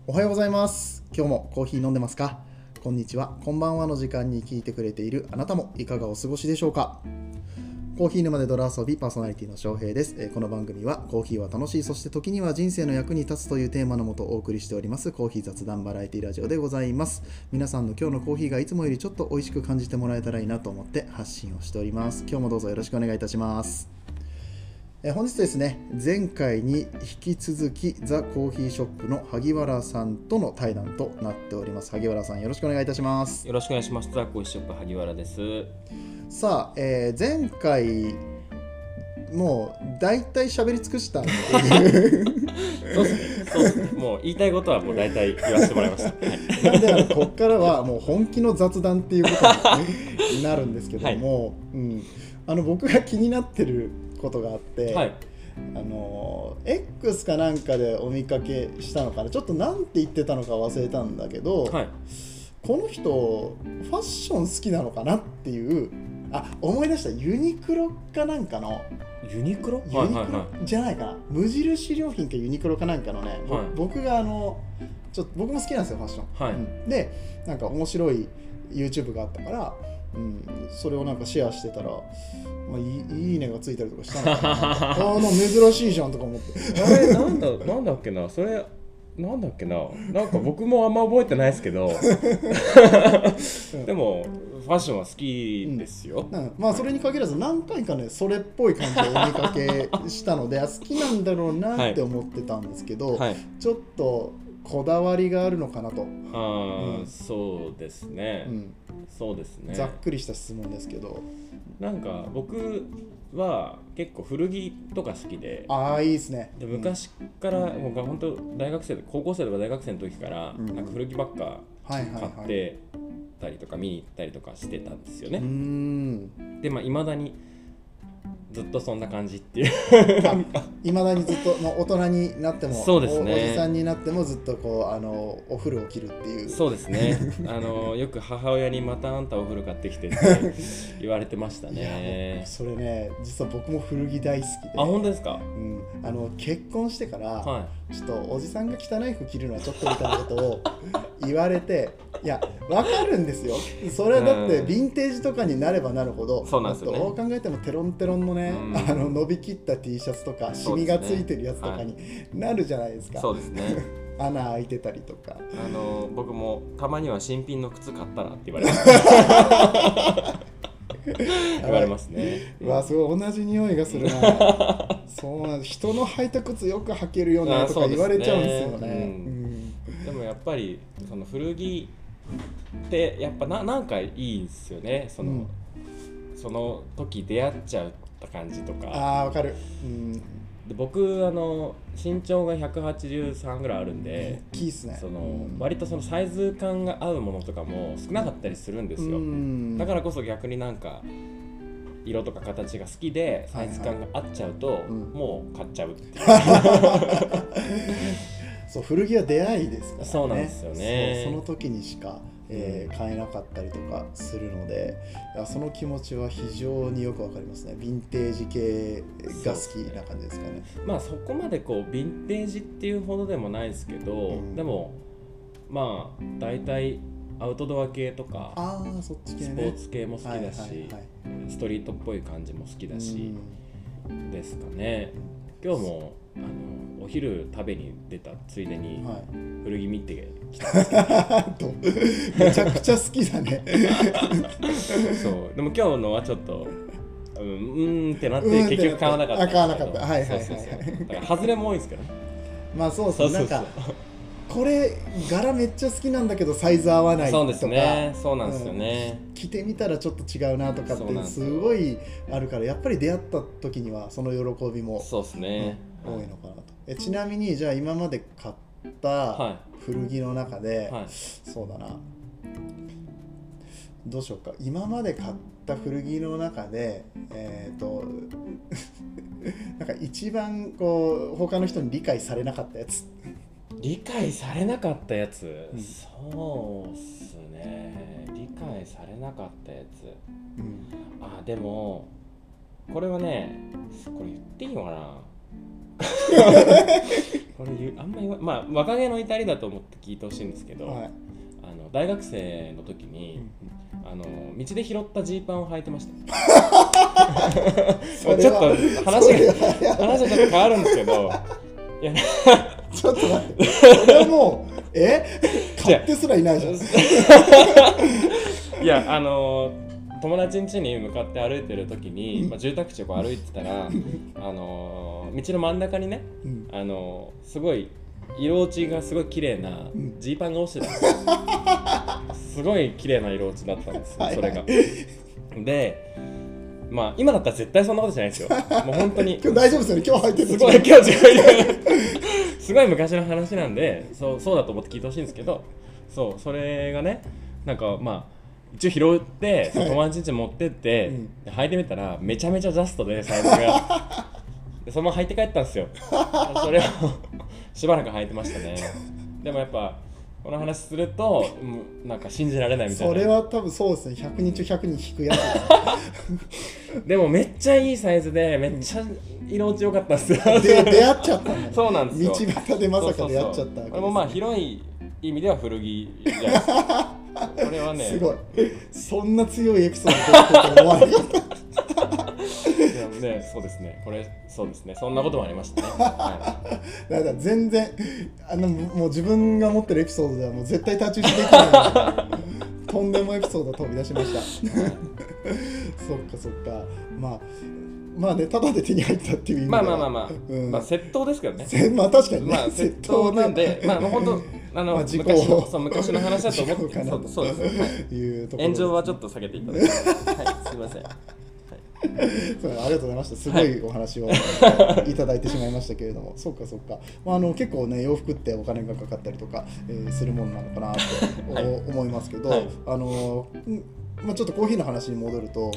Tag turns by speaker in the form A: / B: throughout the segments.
A: おはようございます。今日もコーヒー飲んでますか？こんにちは、こんばんはの時間に聞いてくれているあなたもいかがお過ごしでしょうか？コーヒー沼で泥遊びパーソナリティの翔平です。この番組はコーヒーは楽しい、そして時には人生の役に立つというテーマのもとお送りしておりますコーヒー雑談バラエティラジオでございます。皆さんの今日のコーヒーがいつもよりちょっと美味しく感じてもらえたらいいなと思って発信をしております。今日もどうぞよろしくお願いいたします。本日ですね、前回に引き続きザ・コーヒーショップの萩原さんとの対談となっております。萩原さん、よろしくお願いいたします。
B: よろしくお願いします。ザ・コーヒーショップ萩原です。
A: さあ、前回もう大体喋り尽くしたっていう
B: そうですね。もう言いたいことはもう大体言わせてもらいました。
A: なんでここからはもう本気の雑談っていうことになるんですけども、僕が気になってることがあって、
B: はい、
A: X かなんかでお見かけしたのかな、ちょっとなんて言ってたのか忘れたんだけど、
B: はい、
A: この人ファッション好きなのかなっていう、思い出した。ユニクロかなんかの
B: ユニクロ
A: じゃないかな、無印良品かユニクロかなんかのね、僕が僕も好きなんですよ、ファッション、でなんか面白い YouTube があったから、それをなんかシェアしてたら、いいねがついたりとかしたのかな珍しいじゃんとか思って、
B: あれなんだっけな、それなんだっけな、なんか僕もあんま覚えてないですけどでもファッションは好きですよ、
A: それに限らず何回かねそれっぽい感じでお見かけしたので好きなんだろうなって思ってたんですけど、ちょっとこだわりがあるのかなと。
B: そうですね、そうですね。
A: ざっくりした質問ですけど、
B: なんか僕は結構古着とか好きで、
A: いいですね。
B: で昔からもう本当大学生、高校生とか大学生の時から、なんか古着ばっか買ってたりとか見に行ったりとかしてたんですよね。で未だにずっとそんな感じっていう
A: 未だにずっと大人になっても、
B: そうですね、
A: おじさんになってもずっとこうお風呂を着るっていう。
B: そうですねよく母親にまたあんたお風呂買ってきてって言われてましたね。
A: それね、実は僕も古着大好きで。
B: 本当ですか？
A: 結婚してから、ちょっとおじさんが汚い服着るのはちょっとみたいなことを言われて、いや分かるんですよ。それはだってヴィンテージとかになればなるほど、
B: そうなんですよね。
A: どう考えてもテロンテロンのね、伸びきった T シャツとかシミがついてるやつとかになるじゃないですか。
B: そうですね
A: 穴開いてたりとか。
B: 僕もたまには新品の靴買ったらって言われます言われますね。
A: すごい同じ匂いがするなそうなんです。人の履いた靴よく履けるよねとか言われちゃうんですよね。
B: でもやっぱりその古着ってやっぱなんかいいんですよね。その時出会っちゃった感じとか。
A: わかる。
B: で僕身長が183ぐらいあるんで、
A: 大きいっすね。
B: 割とそのサイズ感が合うものとかも少なかったりするんですよ。だからこそ逆になんか色とか形が好きでサイズ感が合っちゃうと、もう買っちゃうっていう
A: そう古着は出会いですからね。
B: そうなんですよね。
A: その時にしか、買えなかったりとかするので、その気持ちは非常によくわかりますね。ヴィンテージ系が好きな感じですかね。
B: そこまでこうヴィンテージっていうほどでもないですけど、でも大体アウトドア系とか
A: そっち系ね、
B: スポーツ系も好きだし、ストリートっぽい感じも好きだし、ですかね。今日もお昼食べに出たついでに古着見てきたんですけど
A: めちゃくちゃ好きだね
B: そうでも今日のはちょっとってなって結局買わなかった。
A: 買わなかった。
B: だから外れも多いですけど
A: そうですね。なんかこれ柄めっちゃ好きなんだけどサイズ合わないとか。
B: そうですね。そうなんですよね。
A: 着てみたらちょっと違うなとかってすごいあるから、やっぱり出会った時にはその喜びも
B: そうですね、
A: 多いのかなと。ちなみにじゃあ今まで買った古着の中で、そうだな、どうしようか。今まで買った古着の中でなんか一番こう他の人に理解されなかったやつ。
B: 理解されなかったやつ、そうっすね。理解されなかったやつ、でもこれはね、これ言っていいのかなここれあんまり若気の至りだと思って聞いてほしいんですけど、はい、大学生の時に、道で拾ったジーパンを履いてましたちょっと話がちょっと変わるんですけどいや
A: ちょっと待ってこれはもう買ってすらいないじゃん
B: いや友達ん家に向かって歩いてる時に、住宅地を歩いてたら道の真ん中にね、すごい色落ちがすごい綺麗なジーパンが落ちてたんですよすごい綺麗な色落ちだったんですよ、それがで今だったら絶対そんなことじゃないですよもう本当に
A: 今日大丈夫ですよね、今日履いてる
B: すごい今日すごい昔の話なんでそうだと思って聞いてほしいんですけど、それがねなんか一応拾って友達ん家に持ってって、履いてみたらめちゃめちゃジャストでサイズがでそのまま履いて帰ったんですよそれをしばらく履いてましたねでもやっぱこの話するとなんか信じられないみたいな。
A: それは多分そうですね、100人中100人引くや
B: つでもめっちゃいいサイズでめっちゃ色落ち良かったんですよ
A: で出会っちゃったんだ、ね、
B: そうなんですよ、
A: 道端でまさか出会っちゃったわけです、ね、
B: これも広い意味では古着じゃないですかこれはね
A: すごいそんな強いエピソード出てくると思わなかった
B: ね、そうですね、これそうですね、そんなこともありましたね、はい、
A: だから全然もう自分が持ってるエピソードではもう絶対太刀打ちできないとんでもエピソード飛び出しましたそっかそっか、まあね、ただで手に入ったっていう意味では
B: 窃盗ですけどね
A: 確かにね、
B: 窃盗なんで本当昔の話だと思ってそうです、炎上はちょっと避けていただいて、はい、すいません
A: ありがとうございました。すごいお話をいただいてしまいましたけれども、そうか、結構ね洋服ってお金がかかったりとか、するものなのかなと思いますけど、ちょっとコーヒーの話に戻ると、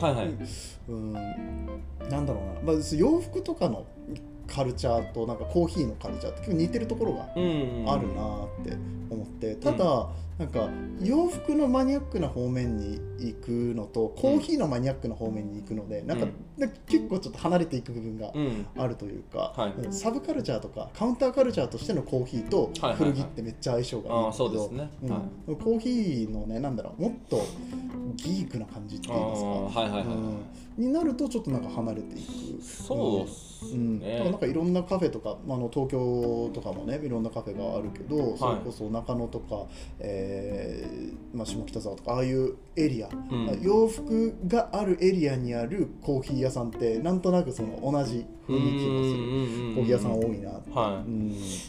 A: なんだろうな、洋服とかのカルチャーとなんかコーヒーのカルチャーって結構似てるところがあるなって思って、ただなんか洋服のマニアックな方面に行くのとコーヒーのマニアックな方面に行くので、なんか結構ちょっと離れていく部分があるというか、サブカルチャーとかカウンターカルチャーとしてのコーヒーと古着ってめっちゃ相性がいいんですけど、コーヒーのね、なんだろう、もっとギークな感じっていうんですか、になるとちょっとなんか離れていく。
B: そうですね、
A: なんかいろんなカフェとか、東京とかもねいろんなカフェがあるけど、それこそ中野とか、下北沢とかああいうエリア、洋服があるエリアにあるコーヒー屋さんってなんとなくその同じ雰囲気をするコーヒー屋さん多いなって。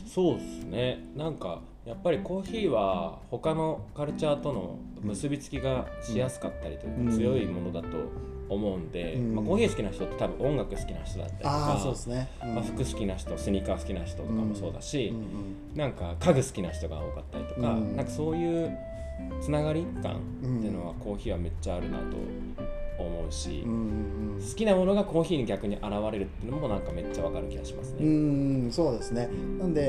B: そうですね、なんかやっぱりコーヒーは他のカルチャーとの結びつきがしやすかったりというか、強いものだと思うんで、コーヒー好きな人って多分音楽好きな人だったりとか、
A: そうですね、
B: 服好きな人、スニーカー好きな人とかもそうだし、なんか家具好きな人が多かったりとか、なんかそういうつながり感っていうのはコーヒーはめっちゃあるなと思うし、好きなものがコーヒーに逆に現れるっていうのもなんかめっちゃわかる気がしますね。
A: そうですね。なんで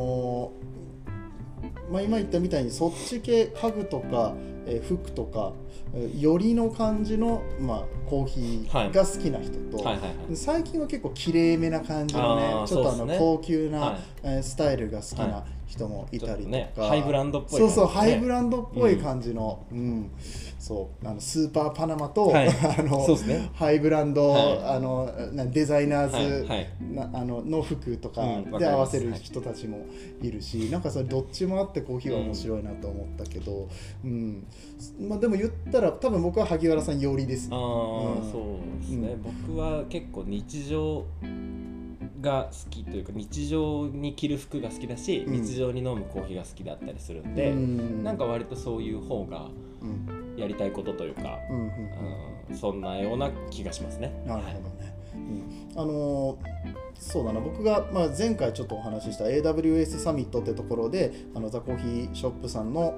A: 今言ったみたいにそっち系、家具とか、服とかよりの感じの、コーヒーが好きな人と、最近は結構きれいめな感じのね、ちょっと高級な、スタイルが好きな人もいたりとか、
B: ハイブランドっぽい感じ、
A: ハイブランドっぽい感じの、スーパーパナマと、ハイブランド、デザイナーズ、の服とかで合わせる人たちもいるし、なんかそれどっちもあってコーヒーは面白いなと思ったけど、でも言ったら多分僕は萩原さん寄りですね。
B: そうですね、僕は結構日常が好きというか、日常に着る服が好きだし、日常に飲むコーヒーが好きだったりするんで、なんか割とそういう方がやりたいことというか、そんなような気がしますね。
A: なるほどね。そうだな、僕が、前回ちょっとお話しした AWS サミットってところでザ・コーヒーショップさんの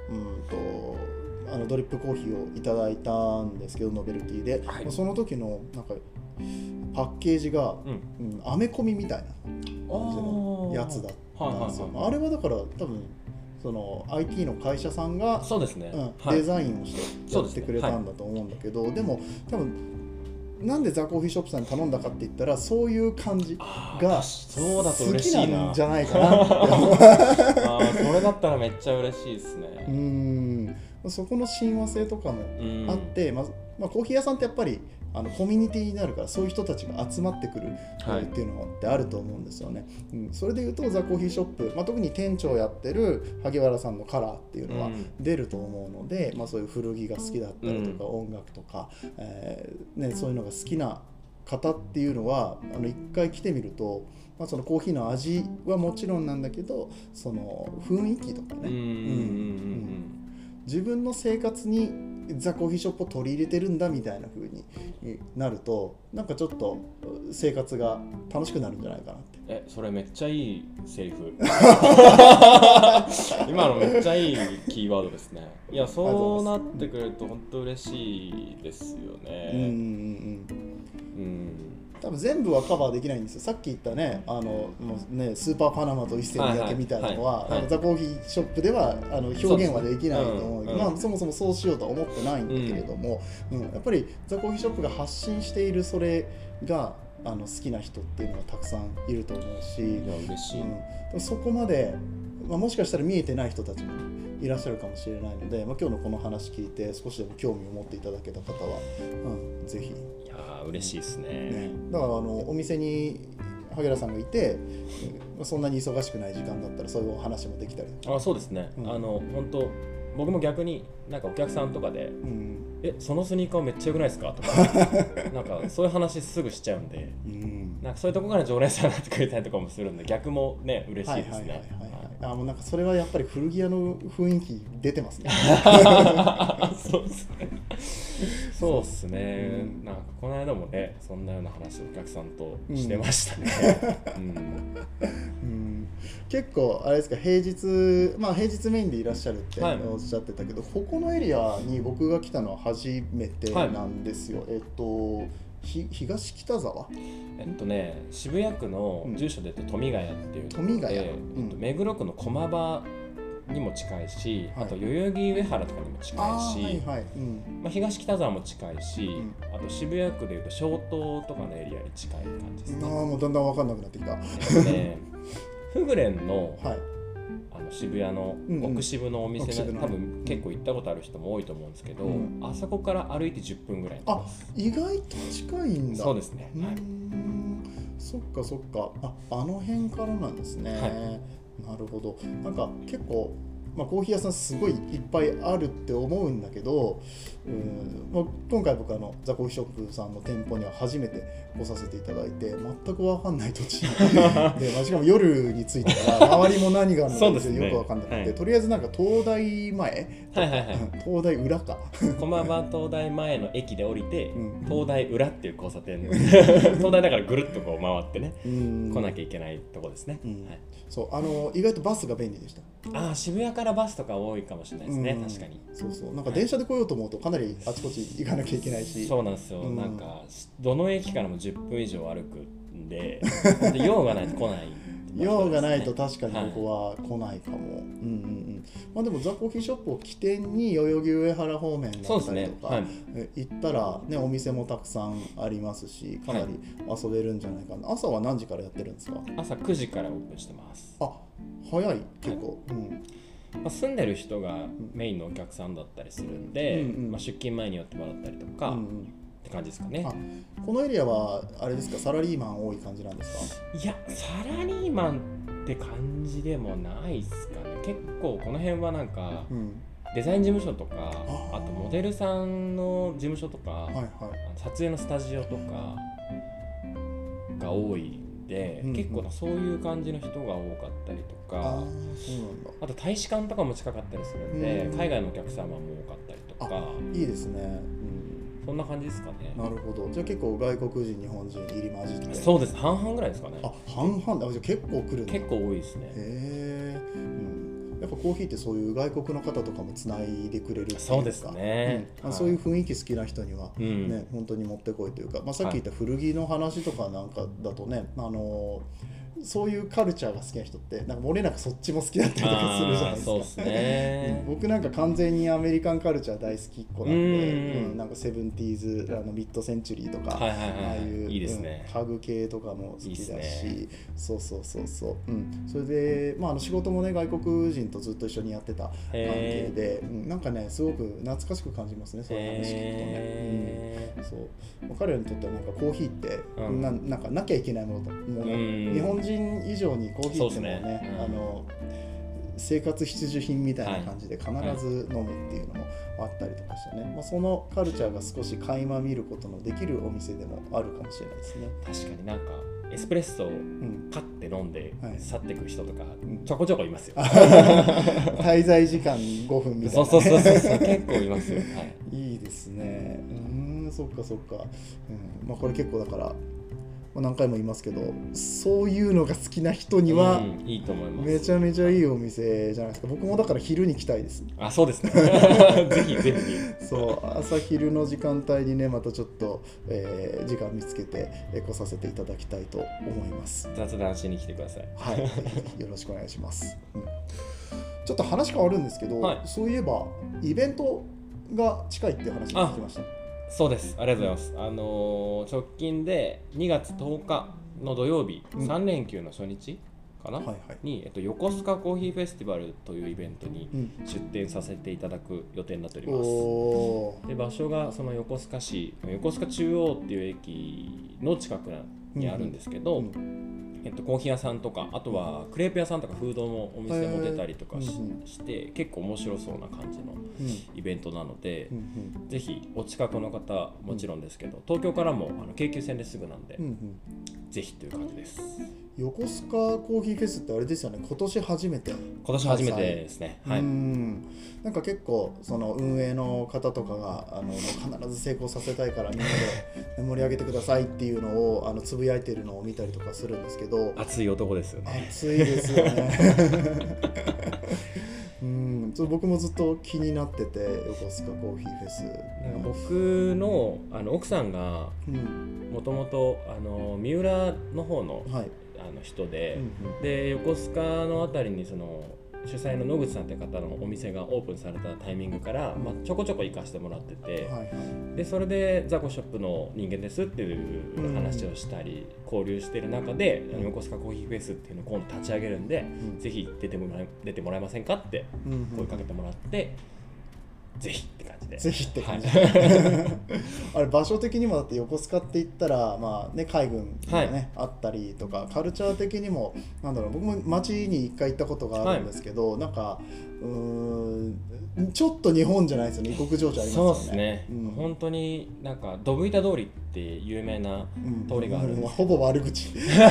A: ドリップコーヒーをいただいたんですけど、ノベルティで、その時のなんかパッケージが、アメコミみたいな感じのやつだったんですよ。あれはだから多分その IT の会社さんがデザインをしてやってくれたんだと思うんだけど、でも多分なんでザ・コーヒーショップさんに頼んだかって言ったら、そういう感じが好きなんじゃないかなって
B: それだったらめっちゃ嬉しいですね。
A: そこの親和性とかもあって、コーヒー屋さんってやっぱりコミュニティになるから、そういう人たちが集まってくるっていうのってあると思うんですよね。それでいうとザ・コーヒーショップ、特に店長をやってる萩原さんのカラーっていうのは出ると思うので、そういう古着が好きだったりとか、音楽とか、そういうのが好きな方っていうのは一回来てみると、そのコーヒーの味はもちろんなんだけど、その雰囲気とかね、自分の生活にザ・コーヒーショップを取り入れてるんだみたいな風になると、なんかちょっと生活が楽しくなるんじゃないかなって。
B: それめっちゃいいセリフ今のめっちゃいいキーワードですね。いや、そうなってくれると本当嬉しいですよね。
A: 多分全部はカバーできないんですよ。さっき言ったね、もうね、スーパーパナマと一斉に焼けみたいなのは、ザ・コーヒーショップでは表現はできないと思う。そもそもそうしようとは思ってないんだけれども、やっぱりザ・コーヒーショップが発信しているそれが好きな人っていうのがたくさんいると思うし、
B: 嬉しい。
A: そこまで、もしかしたら見えてない人たちもいらっしゃるかもしれないので、今日のこの話聞いて少しでも興味を持っていただけた方は、ぜひ。
B: 嬉しいですね。
A: だからお店に萩原さんがいて、そんなに忙しくない時間だったらそういうお話もできたり。
B: そうですね。本当僕も逆になんかお客さんとかで、そのスニーカーめっちゃ良くないですかとかなんかそういう話すぐしちゃうんで、なんかそういうとこから常連さんになってくれたりとかもするんで、逆もね嬉しいですね。
A: もうなんかそれはやっぱり古着屋の雰囲気出てますね。
B: そうですね。そうですね。なんかこの間もね、そんなような話をお客さんとしてましたね。
A: 結構あれですか、平日メインでいらっしゃるっておっしゃってたけど、ここのエリアに僕が来たのは初めてなんですよ。東北沢？
B: 渋谷区の住所で言うと富ヶ谷っていうところで、目黒区の駒場にも近いし、あと代々木上原とかにも近いし、東北沢も近いし、あと渋谷区でいうと松濤とかのエリアに近い感じですね。
A: もうだんだん分かんなくなってきた。
B: フグレンの渋谷の奥渋のお店が多分結構行ったことある人も多いと思うんですけど、あそこから歩いて10分ぐらいなんです。
A: 意外と近いんだ。
B: そうですね。
A: そっかそっか。あの辺からなんですね。なるほど。なんか結構コーヒー屋さんすごいいっぱいあるって思うんだけど、今回僕ザ・コーヒーショップさんの店舗には初めて来させていただいて、全く分かんない土地で、しかも夜に着いたら周りも何があるのかよく分かんなくて、とりあえずなんか東大前、東大裏か
B: 駒場東大前の駅で降りて、東大裏っていう交差点東大だからぐるっとこう回ってね来なきゃいけないとこですね。
A: そう意外とバスが便利でした。
B: 渋谷からバスとか多いかもしれないですね。確かに。
A: そうなんか電車で来ようと思うとかなりあちこち行かなきゃいけないし。
B: そうなんですよ。なんかどの駅からも10分以上歩くんで、用がないと来ない。
A: 用がないと確かにここは来ないかも。でもザ・コーヒーショップを起点に代々木上原方面だったりとか行ったらね、お店もたくさんありますし、かなり遊べるんじゃないかな。朝は何時からやってるんですか？
B: 朝9時からオープンしてます。
A: 早い結構。
B: 住んでる人がメインのお客さんだったりするんで、出勤前に寄ってもらったりとかって感じですかね。
A: このエリアはあれですか、サラリーマン多い感じなんですか？
B: いや、サラリーマンって感じでもないですかね。結構この辺はなんか、デザイン事務所とか、あとモデルさんの事務所とか、撮影のスタジオとかが多いで、結構そういう感じの人が多かったりとか、あと大使館とかも近かったりするんで、海外のお客様も多かったりとか。
A: いいですね。
B: そんな感じですかね。
A: なるほど。じゃあ結構外国人日本人入り混じって。
B: そうです。半々ぐらいですかね。
A: 半々だ。じゃあ結構来るんだ。
B: 結構多いですね。
A: やっぱコーヒーってそういう外国の方とかもつないでくれるっていうか。
B: そうですね。
A: そういう雰囲気好きな人にはね、本当にもってこいというか、さっき言った古着の話とかなんかだとね、 そういうカルチャーが好きな人ってなんか漏れなくそっちも好きだったりとかするじゃないですか。
B: そうですね
A: 僕なんか完全にアメリカンカルチャー大好きっ子なんで、なんかセブンティーズミッドセンチュリーとか、ああいう
B: いいですね、
A: 家具系とかも好きだし、
B: いいですね、
A: そう、それで、仕事もね外国人とずっと一緒にやってた関係で、なんかねすごく懐かしく感じますね、そういう話聞くとね。そう彼らにとってはなんかコーヒーって、なんかなきゃいけないものだもう、日本人以上にコーヒーってもね、生活必需品みたいな感じで必ず飲むっていうのもあったりとかしてね、そのカルチャーが少し垣間見ることのできるお店でもあるかもしれないですね。
B: 確かになんかエスプレッソを買って飲んで去っていく人とかちょこちょこいますよ、
A: 滞在時間5分みたいな、
B: そう結構いますよ、
A: いいですね。そっか、これ結構だから何回も言いますけど、そういうのが好きな人にはい
B: いと思います。
A: めちゃめちゃいいお店じゃないですか。僕もだから昼に来たいです。
B: そうですねぜひ
A: そう朝昼の時間帯にねまたちょっと、時間見つけて来させていただきたいと思います。
B: 雑談しに来てください。
A: はいよろしくお願いします、ちょっと話変わるんですけど、そういえばイベントが近いっていう話を聞きました。
B: そうです、ありがとうございます。直近で2月10日の土曜日、3連休の初日かな、に、横須賀コーヒーフェスティバルというイベントに出展させていただく予定になっております。で場所がその横須賀市横須賀中央っていう駅の近くにあるんですけど、コーヒー屋さんとかあとはクレープ屋さんとかフードのお店も出たりとかして結構面白そうな感じのイベントなので、ぜひお近くの方もちろんですけど、東京からも京急線ですぐなんで、ぜひという感じです。
A: 横須賀コーヒーフェスってあれですよね、今年初めて
B: ですね。
A: なんか結構その運営の方とかが必ず成功させたいからみんなで盛り上げてくださいっていうのをつぶやいてるのを見たりとかするんですけど、
B: 熱い男ですよね。
A: 熱いですよね僕もずっと気になってて、横須賀コーヒーフェス。
B: 僕の奥さんがもともと三浦の方の人で、で横須賀のあたりにその主催の野口さんって方のお店がオープンされたタイミングから、ちょこちょこ行かせてもらってて、でそれでザコショップの人間ですっていう話をしたり、交流している中で、横須賀コーヒーフェスっていうのを今度立ち上げるんで、ぜひ出てもらえませんかって声かけてもらって、ぜひって感じで。
A: ぜひって感じ。あれ場所的にもだって横須賀って言ったら海軍がね、あったりとか、カルチャー的にも僕も町に一回行ったことがあるんですけど、なんかちょっと日本じゃないですよね、異国情緒ありますよね。
B: そうですね、本当になんかドブ板通りって有名な通りがあるんです、
A: ほぼ悪口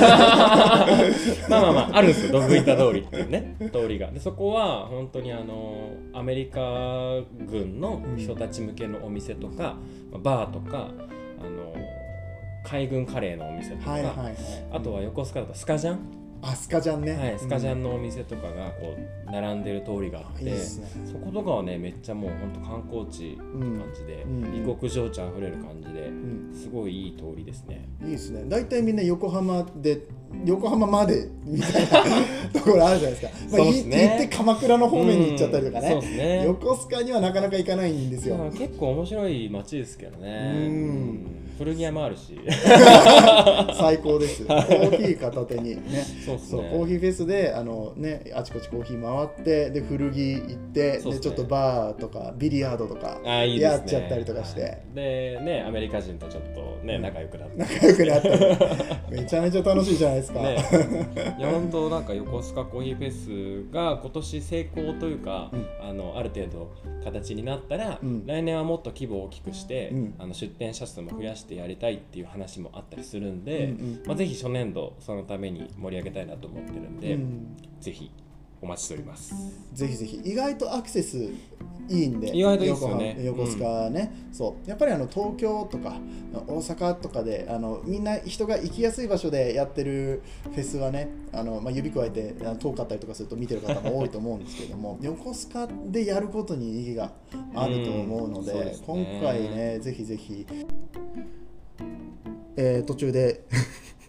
B: あるんですよ、ドブ板通りっていうね通りが。でそこは本当にアメリカ軍の人たち向けのお店とか、バーとか海軍カレーのお店とか、あとは横須賀だとスカジャン、
A: スカジャンね、
B: スカジャンのお店とかがこう並んでる通りがあって、そことかはねめっちゃもう本当観光地って感じで、異国情緒あふれる感じで、すごいいい通りですね。
A: いいですね。大体みんな横浜までみたいなところあるじゃないですか。行って鎌倉の方面に行っちゃったりとかね。横須賀にはなかなか行かないんですよ。
B: 結構面白い街ですけどね。古着屋もあるし
A: 最高です。コーヒー片手にね。そうコーヒーフェスであちこちコーヒー回って、で古着行って、でちょっとバーとかビリヤードとかやっちゃったりとかして、
B: でねアメリカ人とちょっとね仲良くなって
A: めちゃめちゃ楽しいじゃないですか。
B: いや本当なんか横須賀コーヒーフェスが今年成功というか、ある程度形になったら、来年はもっと規模を大きくして、出店者数も増やしてやりたいっていう話もあったりするんで、ぜひ初年度そのために盛り上げたいなと思ってるんで、ぜひお待ちしております。
A: ぜひぜひ。意外とアクセスいいんで、
B: 意外といいですよね。
A: 横須賀ね、そうやっぱり東京とか大阪とかでみんな人が行きやすい場所でやってるフェスはね、指くわえて遠かったりとかすると見てる方も多いと思うんですけども横須賀でやることに意義があると思うので、今回ねぜひぜひ、途中で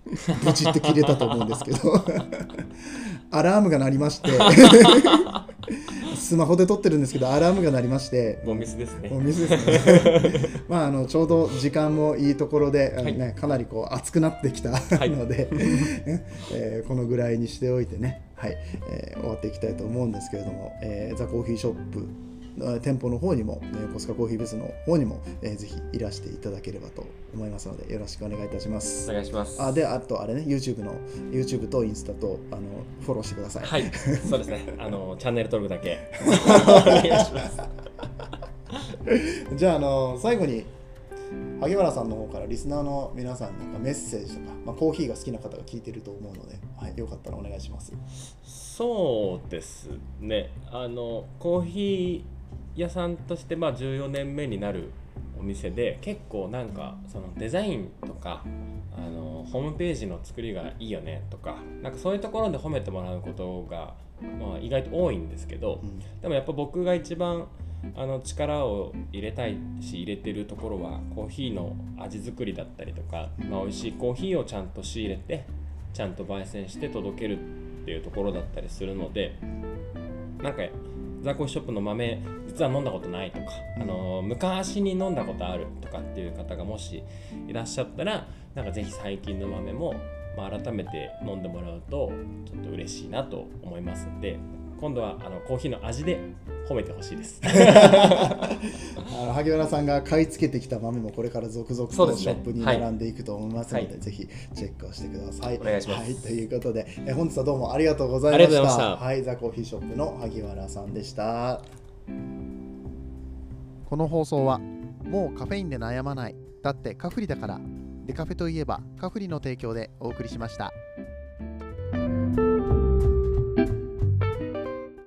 A: ブチって切れたと思うんですけどアラームが鳴りましてスマホで撮ってるんですけどアラームが鳴りまして、
B: もうミスですね。
A: もうミスですねまあちょうど時間もいいところで、
B: はい、
A: かなりこう暑くなってきたので、このぐらいにしておいてね、はい、終わっていきたいと思うんですけれども、ザ・コーヒーショップ店舗の方にも、横須賀コーヒーブースの方にも、ぜひいらしていただければと思いますので、よろしくお願いいたします。
B: お願いします。
A: あとあれね、YouTube とインスタとフォローしてください。
B: はい、そうですね。チャンネル登録だけお願いします。
A: じゃあ、最後に萩原さんの方からリスナーの皆さんになんかメッセージとか、コーヒーが好きな方が聞いてると思うので、はい、よかったらお願いします。
B: そうですね。コーヒー屋さんとして14年目になるお店で、結構なんかそのデザインとかホームページの作りがいいよねとか、なんかそういうところで褒めてもらうことが、意外と多いんですけど、でもやっぱ僕が一番力を入れたいし入れてるところはコーヒーの味作りだったりとか、美味しいコーヒーをちゃんと仕入れてちゃんと焙煎して届けるっていうところだったりするので、なんかザ・コーヒーショップの豆実は飲んだことないとか、昔に飲んだことあるとかっていう方がもしいらっしゃったら、なんかぜひ最近の豆も、改めて飲んでもらうとちょっと嬉しいなと思いますので、今度はコーヒーの味で褒めてほしいです
A: 萩原さんが買い付けてきた豆もこれから続々とショップに並んでいくと思いますので、ぜひチェックをしてください。
B: お願いします。
A: はい、ということで、本日はどうもありがとうございました。はい、ザ・コーヒーショップの萩原さんでした。この放送はもうカフェインで悩まない、だってカフリだから、デカフェといえばカフリの提供でお送りしました。